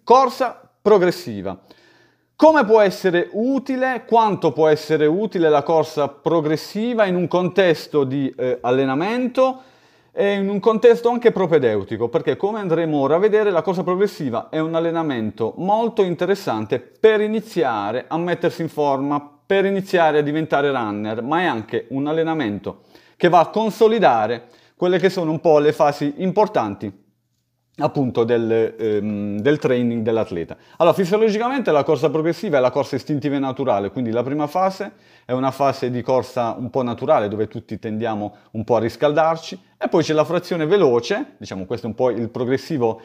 corsa progressiva. Come può essere utile, quanto può essere utile la corsa progressiva in un contesto di allenamento e in un contesto anche propedeutico, perché come andremo ora a vedere la corsa progressiva è un allenamento molto interessante per iniziare a mettersi in forma, per iniziare a diventare runner, ma è anche un allenamento che va a consolidare quelle che sono un po' le fasi importanti appunto del training dell'atleta. Allora, fisiologicamente la corsa progressiva è la corsa istintiva e naturale, quindi la prima fase è una fase di corsa un po' naturale dove tutti tendiamo un po' a riscaldarci e poi c'è la frazione veloce, diciamo questo è un po' il progressivo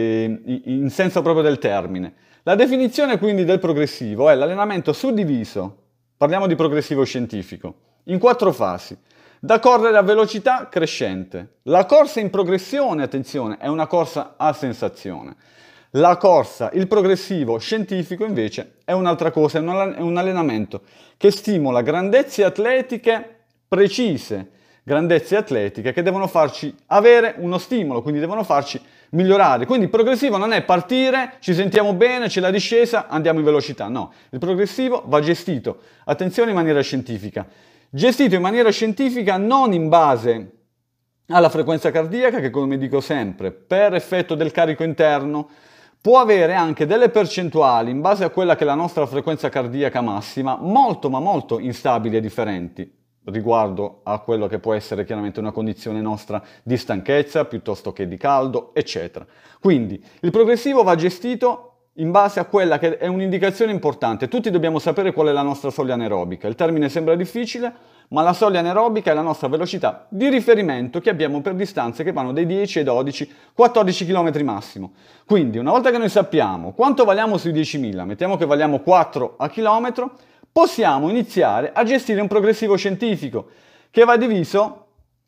in senso proprio del termine. La definizione quindi del progressivo è l'allenamento suddiviso, parliamo di progressivo scientifico, in 4 fasi. Da correre a velocità crescente. La corsa in progressione, attenzione, è una corsa a sensazione. La corsa, il progressivo scientifico invece è un'altra cosa, è un allenamento che stimola grandezze atletiche precise, grandezze atletiche che devono farci avere uno stimolo, quindi devono farci migliorare. Quindi il progressivo non è partire, ci sentiamo bene, c'è la discesa, andiamo in velocità. No, il progressivo va gestito, attenzione, in maniera scientifica. Gestito in maniera scientifica non in base alla frequenza cardiaca, che come dico sempre, per effetto del carico interno, può avere anche delle percentuali in base a quella che è la nostra frequenza cardiaca massima, molto ma molto instabili e differenti riguardo a quello che può essere chiaramente una condizione nostra di stanchezza piuttosto che di caldo, eccetera. Quindi il progressivo va gestito in base a quella che è un'indicazione importante. Tutti dobbiamo sapere qual è la nostra soglia anaerobica. Il termine sembra difficile, ma la soglia anaerobica è la nostra velocità di riferimento che abbiamo per distanze che vanno dai 10 ai 12, 14 km massimo. Quindi una volta che noi sappiamo quanto valiamo sui 10.000, mettiamo che valiamo 4 a chilometro, possiamo iniziare a gestire un progressivo scientifico che va diviso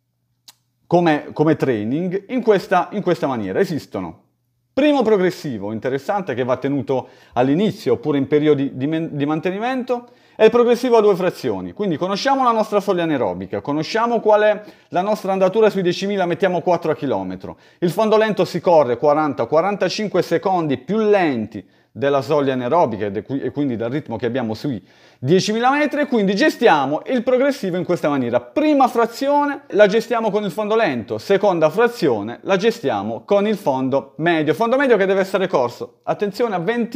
come training in questa maniera. Esistono primo progressivo interessante che va tenuto all'inizio oppure in periodi di mantenimento è il progressivo a 2 frazioni, quindi conosciamo la nostra soglia anaerobica, conosciamo qual è la nostra andatura sui 10.000, mettiamo 4 a chilometro, il fondo lento si corre 40-45 secondi più lenti della soglia anaerobica e quindi dal ritmo che abbiamo sui 10.000 metri e quindi gestiamo il progressivo in questa maniera. Prima frazione la gestiamo con il fondo lento, seconda frazione la gestiamo con il fondo medio che deve essere corso, attenzione,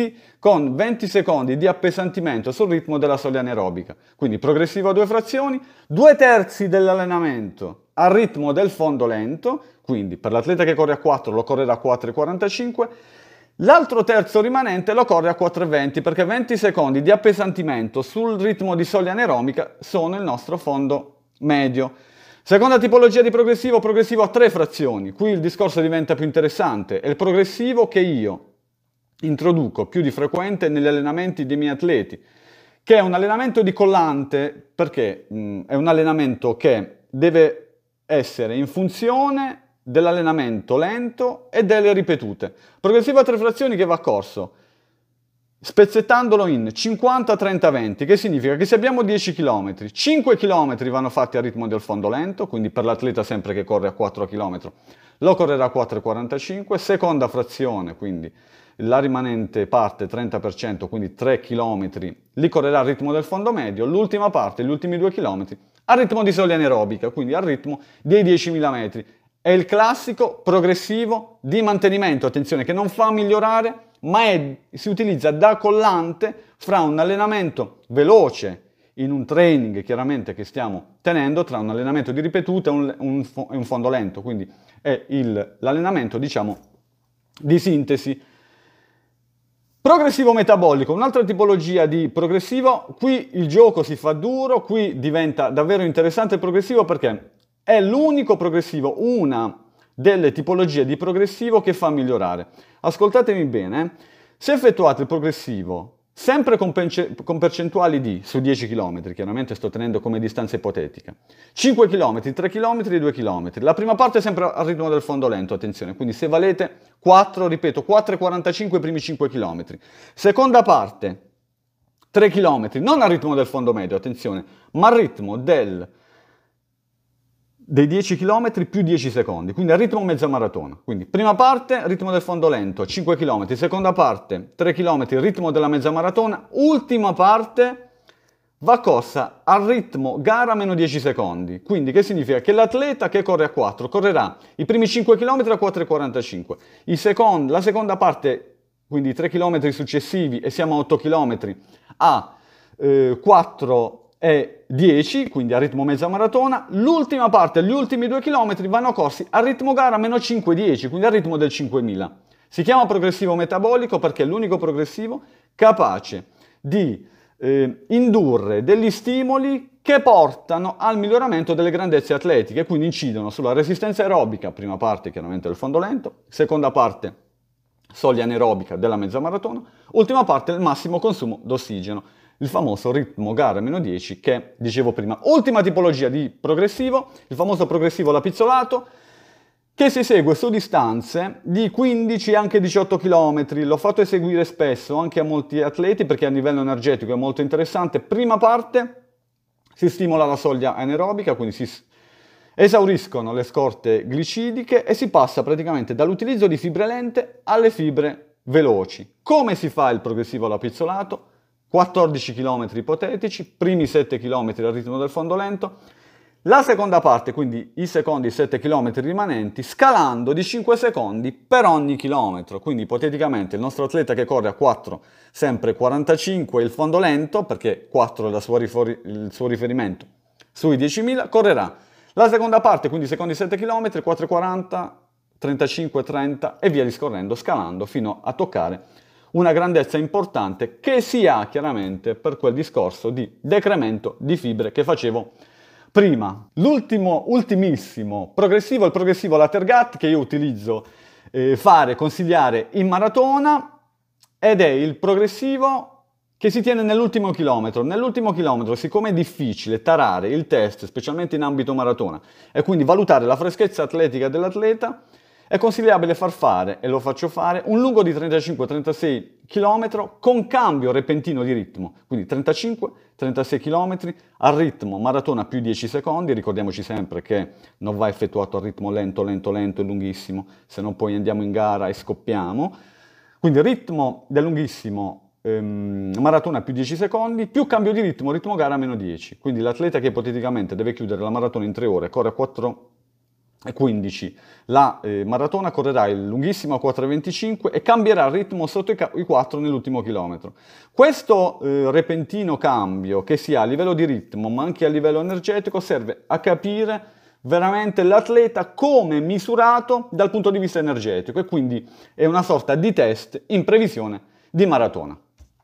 con 20 secondi di appesantimento sul ritmo della soglia anaerobica. Quindi progressivo a 2 frazioni, 2/3 dell'allenamento al ritmo del fondo lento, quindi per l'atleta che corre a 4 lo correrà a 4,45. L'altro terzo rimanente lo corre a 4,20 perché 20 secondi di appesantimento sul ritmo di soglia anaerobica sono il nostro fondo medio. Seconda tipologia di progressivo a 3 frazioni. Qui il discorso diventa più interessante. È il progressivo che io introduco più di frequente negli allenamenti dei miei atleti, che è un allenamento di collante perché è un allenamento che deve essere in funzione dell'allenamento lento e delle ripetute. Progressivo a 3 frazioni che va corso spezzettandolo in 50-30-20, che significa che se abbiamo 10 km, 5 km vanno fatti a ritmo del fondo lento, quindi per l'atleta sempre che corre a 4 km lo correrà a 4,45, seconda frazione, quindi la rimanente parte 30%, quindi 3 km, li correrà al ritmo del fondo medio, l'ultima parte, gli ultimi 2 km, al ritmo di soglia anaerobica, quindi al ritmo dei 10.000 metri. È il classico progressivo di mantenimento, attenzione, che non fa migliorare, ma si utilizza da collante fra un allenamento veloce in un training chiaramente che stiamo tenendo, tra un allenamento di ripetute e un fondo lento, quindi è l'allenamento, diciamo, di sintesi. Progressivo metabolico, un'altra tipologia di progressivo, qui il gioco si fa duro, qui diventa davvero interessante il progressivo perché è l'unico progressivo, una delle tipologie di progressivo che fa migliorare. Ascoltatemi bene, se effettuate il progressivo sempre con percentuali di, su 10 km, chiaramente sto tenendo come distanza ipotetica, 5 km, 3 km e 2 km. La prima parte è sempre al ritmo del fondo lento, attenzione, quindi se valete 4, ripeto, 4,45 i primi 5 km. Seconda parte, 3 km, non al ritmo del fondo medio, attenzione, ma al ritmo dei 10 km più 10 secondi, quindi a ritmo mezza maratona. Quindi prima parte, ritmo del fondo lento, 5 km, seconda parte, 3 km, ritmo della mezza maratona, ultima parte va corsa al ritmo gara meno 10 secondi. Quindi che significa? Che l'atleta che corre a 4 correrà i primi 5 km a 4,45, la seconda parte, quindi i 3 km successivi, e siamo a 8 km, a 4 e 10, quindi a ritmo mezza maratona. L'ultima parte, gli ultimi 2 km vanno corsi a ritmo gara meno 5,10, quindi al ritmo del 5000. Si chiama progressivo metabolico perché è l'unico progressivo capace di indurre degli stimoli che portano al miglioramento delle grandezze atletiche, quindi incidono sulla resistenza aerobica, prima parte chiaramente del fondo lento, seconda parte soglia anaerobica della mezza maratona, ultima parte il massimo consumo d'ossigeno, il famoso ritmo gara meno 10 che dicevo prima. Ultima tipologia di progressivo, il famoso progressivo lapizzolato, che si esegue su distanze di 15 e anche 18 km. L'ho fatto eseguire spesso anche a molti atleti perché a livello energetico è molto interessante. Prima parte si stimola la soglia anaerobica, quindi si esauriscono le scorte glicidiche e si passa praticamente dall'utilizzo di fibre lente alle fibre veloci. Come si fa il progressivo lapizzolato? 14 km ipotetici, primi 7 km al ritmo del fondo lento, la seconda parte, quindi i secondi 7 km rimanenti, scalando di 5 secondi per ogni chilometro. Quindi ipoteticamente il nostro atleta che corre a 4, sempre 45 il fondo lento, perché 4 è il suo riferimento, sui 10.000, correrà la seconda parte, quindi i secondi 7 km, 4,40, 35, 30 e via discorrendo, scalando fino a toccare una grandezza importante che si ha chiaramente per quel discorso di decremento di fibre che facevo prima. Ultimissimo progressivo, il progressivo lateral gut che io utilizzo consigliare in maratona, ed è il progressivo che si tiene nell'ultimo chilometro. Nell'ultimo chilometro, siccome è difficile tarare il test, specialmente in ambito maratona, e quindi valutare la freschezza atletica dell'atleta, è consigliabile far fare, e lo faccio fare, un lungo di 35-36 km con cambio repentino di ritmo, quindi 35-36 km al ritmo maratona più 10 secondi, ricordiamoci sempre che non va effettuato a ritmo lento, lento, lento e lunghissimo, se no poi andiamo in gara e scoppiamo, quindi ritmo del lunghissimo maratona più 10 secondi, più cambio di ritmo gara meno 10, quindi l'atleta che ipoteticamente deve chiudere la maratona in 3 ore, corre a 4 e 15, la maratona correrà il lunghissimo a 4,25 e cambierà il ritmo sotto i 4 nell'ultimo chilometro. Questo repentino cambio che si ha a livello di ritmo ma anche a livello energetico serve a capire veramente l'atleta come misurato dal punto di vista energetico e quindi è una sorta di test in previsione di maratona.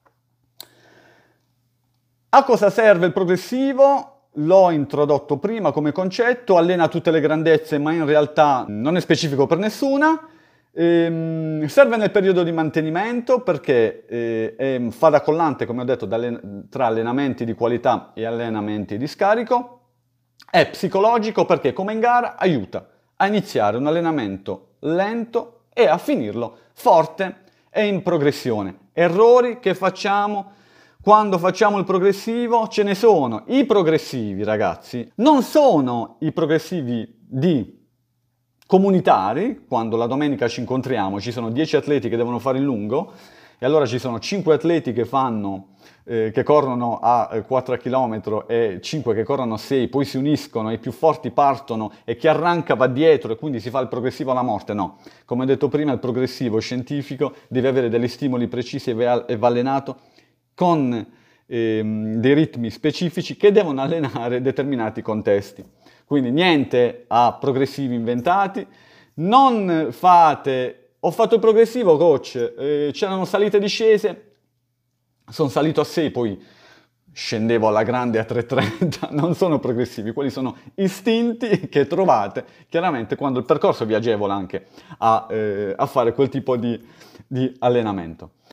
A cosa serve il progressivo? L'ho introdotto prima come concetto, allena tutte le grandezze ma in realtà non è specifico per nessuna. Serve nel periodo di mantenimento perché fa da collante, come ho detto, tra allenamenti di qualità e allenamenti di scarico. È psicologico perché come in gara aiuta a iniziare un allenamento lento e a finirlo forte e in progressione. Errori che facciamo quando facciamo il progressivo ce ne sono. I progressivi, ragazzi, non sono i progressivi di comunitari, quando la domenica ci incontriamo, ci sono 10 atleti che devono fare il lungo, e allora ci sono 5 atleti che corrono a 4 km e 5 che corrono a 6, poi si uniscono e i più forti partono e chi arranca va dietro e quindi si fa il progressivo alla morte. No, come ho detto prima, il progressivo scientifico deve avere degli stimoli precisi e va allenato con dei ritmi specifici che devono allenare determinati contesti. Quindi niente a progressivi inventati, non fate, ho fatto il progressivo coach, c'erano salite e discese, sono salito a 6, poi scendevo alla grande a 3,30, non sono progressivi, quelli sono istinti che trovate chiaramente quando il percorso vi agevola anche a fare quel tipo di allenamento.